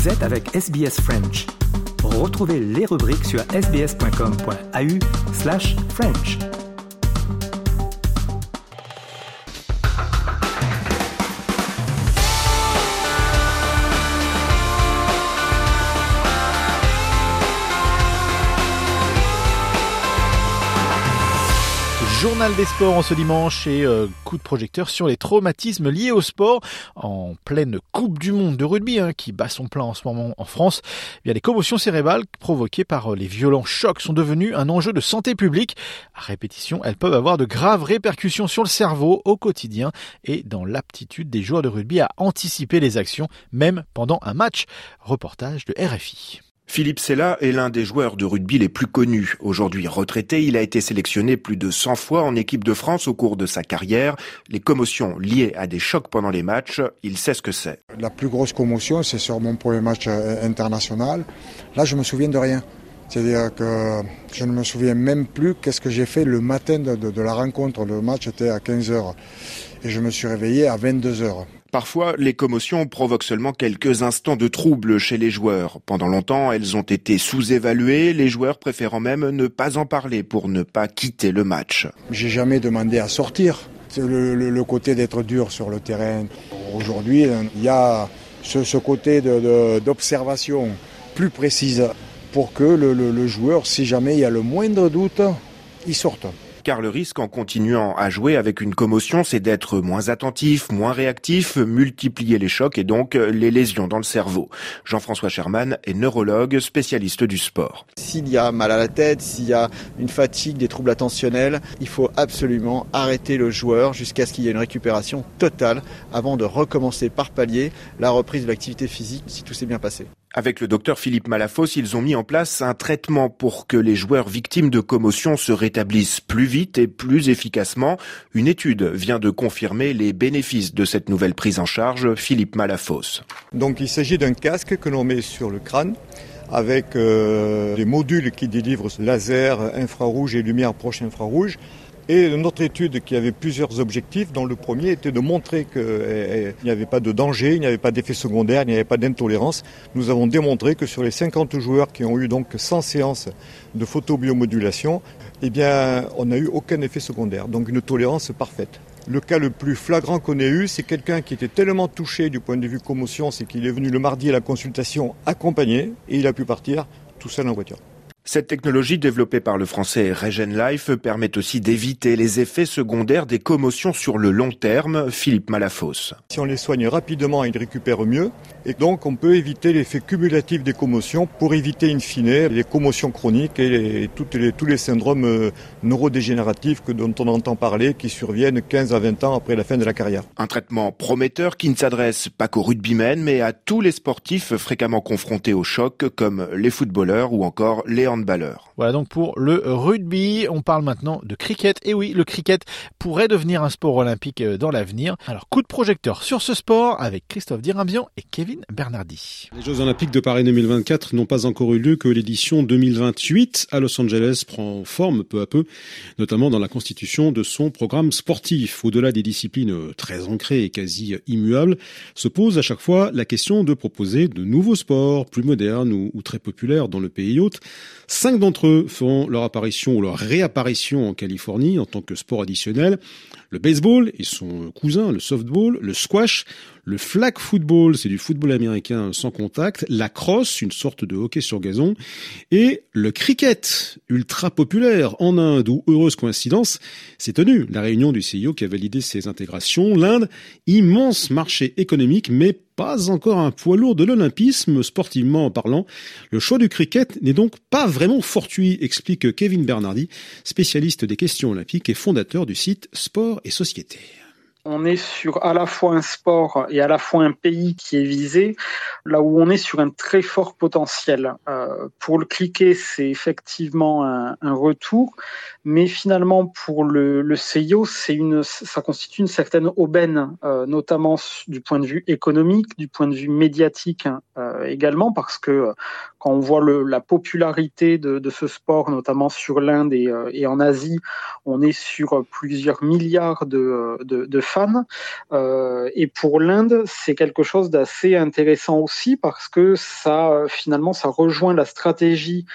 Vous êtes avec SBS French. Retrouvez les rubriques sur sbs.com.au/French. Journal des sports en ce dimanche et coup de projecteur sur les traumatismes liés au sport en pleine Coupe du Monde de rugby qui bat son plein en ce moment en France. Bien, les commotions cérébrales provoquées par les violents chocs sont devenues un enjeu de santé publique. À répétition, elles peuvent avoir de graves répercussions sur le cerveau au quotidien et dans l'aptitude des joueurs de rugby à anticiper les actions, même pendant un match. Reportage de RFI. Philippe Sella est l'un des joueurs de rugby les plus connus. Aujourd'hui retraité, il a été sélectionné plus de 100 fois en équipe de France au cours de sa carrière. Les commotions liées à des chocs pendant les matchs, il sait ce que c'est. La plus grosse commotion, c'est sur mon premier match international. Là, je me souviens de rien. C'est-à-dire que je ne me souviens même plus qu'est-ce que j'ai fait le matin de la rencontre. Le match était à 15h et je me suis réveillé à 22h. Parfois, les commotions provoquent seulement quelques instants de trouble chez les joueurs. Pendant longtemps, elles ont été sous-évaluées, les joueurs préférant même ne pas en parler pour ne pas quitter le match. J'ai jamais demandé à sortir. C'est le côté d'être dur sur le terrain. Aujourd'hui, il y a ce côté d'observation plus précise pour que le joueur, si jamais il y a le moindre doute, il sorte. Car le risque en continuant à jouer avec une commotion, c'est d'être moins attentif, moins réactif, multiplier les chocs et donc les lésions dans le cerveau. Jean-François Sherman est neurologue, spécialiste du sport. S'il y a mal à la tête, s'il y a une fatigue, des troubles attentionnels, il faut absolument arrêter le joueur jusqu'à ce qu'il y ait une récupération totale avant de recommencer par palier la reprise de l'activité physique si tout s'est bien passé. Avec le docteur Philippe Malafosse, ils ont mis en place un traitement pour que les joueurs victimes de commotion se rétablissent plus vite et plus efficacement. Une étude vient de confirmer les bénéfices de cette nouvelle prise en charge. Philippe Malafosse. Donc il s'agit d'un casque que l'on met sur le crâne avec des modules qui délivrent laser, infrarouge et lumière proche infrarouge. Et notre étude qui avait plusieurs objectifs, dont le premier était de montrer qu'il n'y avait pas de danger, il n'y avait pas d'effet secondaire, il n'y avait pas d'intolérance. Nous avons démontré que sur les 50 joueurs qui ont eu donc 100 séances de photobiomodulation, on n'a eu aucun effet secondaire, donc une tolérance parfaite. Le cas le plus flagrant qu'on ait eu, c'est quelqu'un qui était tellement touché du point de vue commotion, c'est qu'il est venu le mardi à la consultation accompagné et il a pu partir tout seul en voiture. Cette technologie développée par le français RegenLife permet aussi d'éviter les effets secondaires des commotions sur le long terme. Philippe Malafosse. Si on les soigne rapidement, ils récupèrent mieux. Et donc, on peut éviter l'effet cumulatif des commotions pour éviter in fine les commotions chroniques et tous les syndromes neurodégénératifs dont on entend parler qui surviennent 15 à 20 ans après la fin de la carrière. Un traitement prometteur qui ne s'adresse pas qu'aux rugbymen, mais à tous les sportifs fréquemment confrontés au choc, comme les footballeurs ou encore les handballeurs. Voilà donc pour le rugby. On parle maintenant de cricket. Et oui, le cricket pourrait devenir un sport olympique dans l'avenir. Alors, coup de projecteur sur ce sport avec Christophe Dirimbian et Kevin Bernardi. Les Jeux Olympiques de Paris 2024 n'ont pas encore eu lieu que l'édition 2028 à Los Angeles prend forme peu à peu, notamment dans la constitution de son programme sportif. Au-delà des disciplines très ancrées et quasi immuables, se pose à chaque fois la question de proposer de nouveaux sports plus modernes ou très populaires dans le pays hôte. 5 d'entre eux feront leur apparition ou leur réapparition en Californie en tant que sport additionnel. Le baseball et son cousin, le softball, le squash, le flag football, c'est du football américain sans contact, la crosse, une sorte de hockey sur gazon, et le cricket, ultra populaire en Inde, où, heureuse coïncidence, s'est tenue la réunion du CIO qui a validé ces intégrations. L'Inde, immense marché économique, mais pas encore un poids lourd de l'olympisme, sportivement parlant. Le choix du cricket n'est donc pas vraiment fortuit, explique Kevin Bernardi, spécialiste des questions olympiques et fondateur du site Sport et Société. On est sur à la fois un sport et à la fois un pays qui est visé, là où on est sur un très fort potentiel. Pour le cliquet, c'est effectivement un retour, mais finalement pour le CIO, ça constitue une certaine aubaine, notamment du point de vue économique, du point de vue médiatique également, parce que quand on voit la popularité de ce sport, notamment sur l'Inde et en Asie, on est sur plusieurs milliards de fans fans. Et pour l'Inde, c'est quelque chose d'assez intéressant aussi parce que ça rejoint la stratégie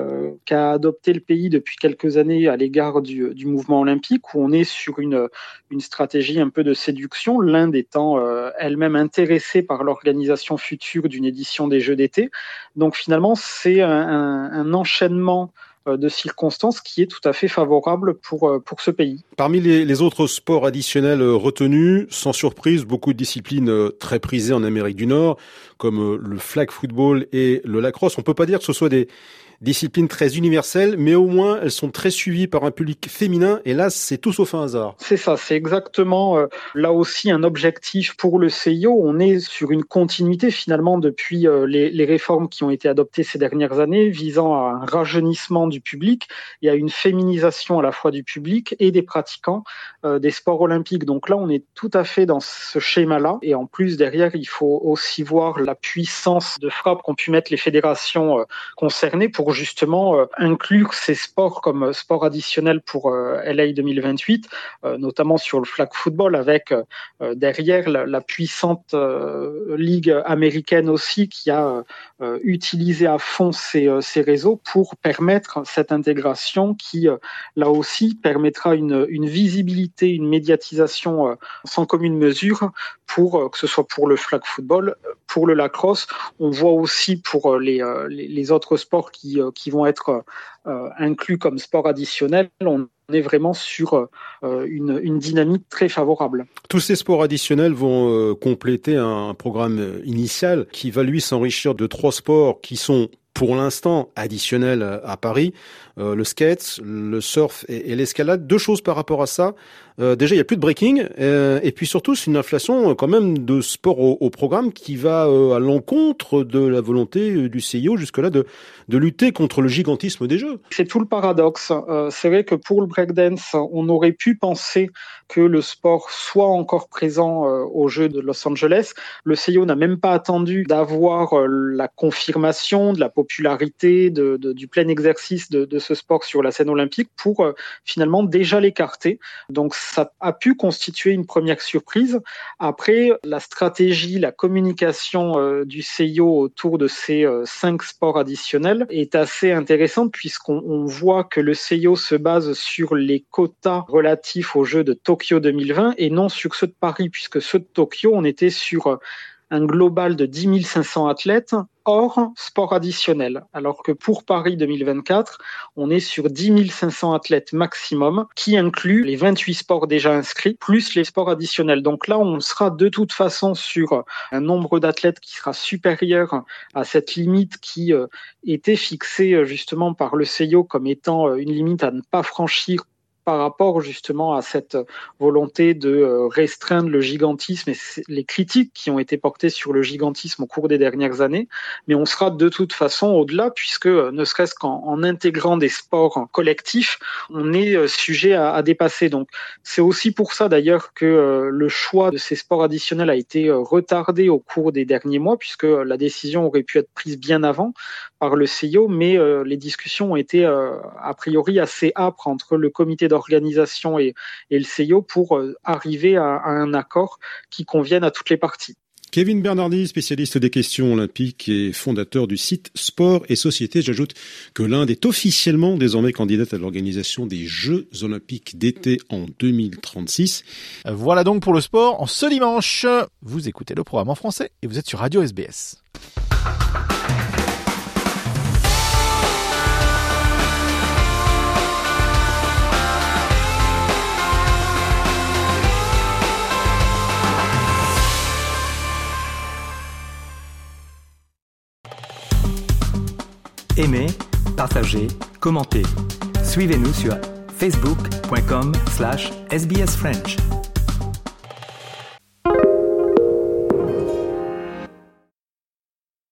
qu'a adopté le pays depuis quelques années à l'égard du mouvement olympique, où on est sur une stratégie un peu de séduction, l'Inde étant elle-même intéressée par l'organisation future d'une édition des Jeux d'été. Donc finalement, c'est un enchaînement de circonstances qui est tout à fait favorable pour ce pays. Parmi les autres sports additionnels retenus, sans surprise, beaucoup de disciplines très prisées en Amérique du Nord, comme le flag football et le lacrosse. On peut pas dire que ce soit des disciplines très universelles, mais au moins elles sont très suivies par un public féminin, et là c'est tout sauf un hasard. C'est ça, c'est exactement là aussi un objectif pour le CIO. On est sur une continuité finalement depuis les réformes qui ont été adoptées ces dernières années, visant à un rajeunissement du public et à une féminisation à la fois du public et des pratiquants des sports olympiques. Donc là on est tout à fait dans ce schéma-là, et en plus derrière il faut aussi voir la puissance de frappe qu'ont pu mettre les fédérations concernées pour justement inclure ces sports comme sport additionnel pour LA 2028, notamment sur le flag football, avec derrière la puissante ligue américaine aussi qui a utilisé à fond ces réseaux pour permettre cette intégration qui, là aussi, permettra une visibilité, une médiatisation sans commune mesure, que ce soit pour le flag football, pour le lacrosse. On voit aussi pour les autres sports qui vont être inclus comme sport additionnel. On est vraiment sur une dynamique très favorable. Tous ces sports additionnels vont compléter un programme initial qui va lui s'enrichir de 3 sports qui sont pour l'instant additionnels à Paris, le skate, le surf et l'escalade. 2 choses par rapport à ça. Déjà, il n'y a plus de breaking, et puis surtout, c'est une inflation quand même de sport au programme qui va à l'encontre de la volonté du CIO jusque-là de lutter contre le gigantisme des Jeux. C'est tout le paradoxe. C'est vrai que pour le breakdance, on aurait pu penser que le sport soit encore présent aux Jeux de Los Angeles. Le CIO n'a même pas attendu d'avoir la confirmation de la popularité du plein exercice de ce sport sur la scène olympique pour finalement déjà l'écarter. Donc ça a pu constituer une première surprise. Après, la stratégie, la communication du CIO autour de ces 5 sports additionnels est assez intéressante, puisqu'on voit que le CIO se base sur les quotas relatifs aux Jeux de Tokyo 2020 et non sur ceux de Paris, puisque ceux de Tokyo, on était sur un global de 10 500 athlètes hors sport additionnel, alors que pour Paris 2024, on est sur 10 500 athlètes maximum, qui inclut les 28 sports déjà inscrits, plus les sports additionnels. Donc là, on sera de toute façon sur un nombre d'athlètes qui sera supérieur à cette limite qui était fixée justement par le CIO comme étant une limite à ne pas franchir par rapport justement à cette volonté de restreindre le gigantisme et les critiques qui ont été portées sur le gigantisme au cours des dernières années. Mais on sera de toute façon au-delà, puisque ne serait-ce qu'en intégrant des sports collectifs, on est sujet à dépasser. Donc c'est aussi pour ça d'ailleurs que le choix de ces sports additionnels a été retardé au cours des derniers mois, puisque la décision aurait pu être prise bien avant par le CIO, mais les discussions ont été a priori assez âpres entre le comité d'organisation et le CIO pour arriver à un accord qui convienne à toutes les parties. Kevin Bernardi, spécialiste des questions olympiques et fondateur du site Sport et Société. J'ajoute que l'Inde est officiellement désormais candidate à l'organisation des Jeux olympiques d'été en 2036. Voilà donc pour le sport en ce dimanche. Vous écoutez le programme en français et vous êtes sur Radio SBS. Aimez, partagez, commentez. Suivez-nous sur facebook.com/sbsfrench.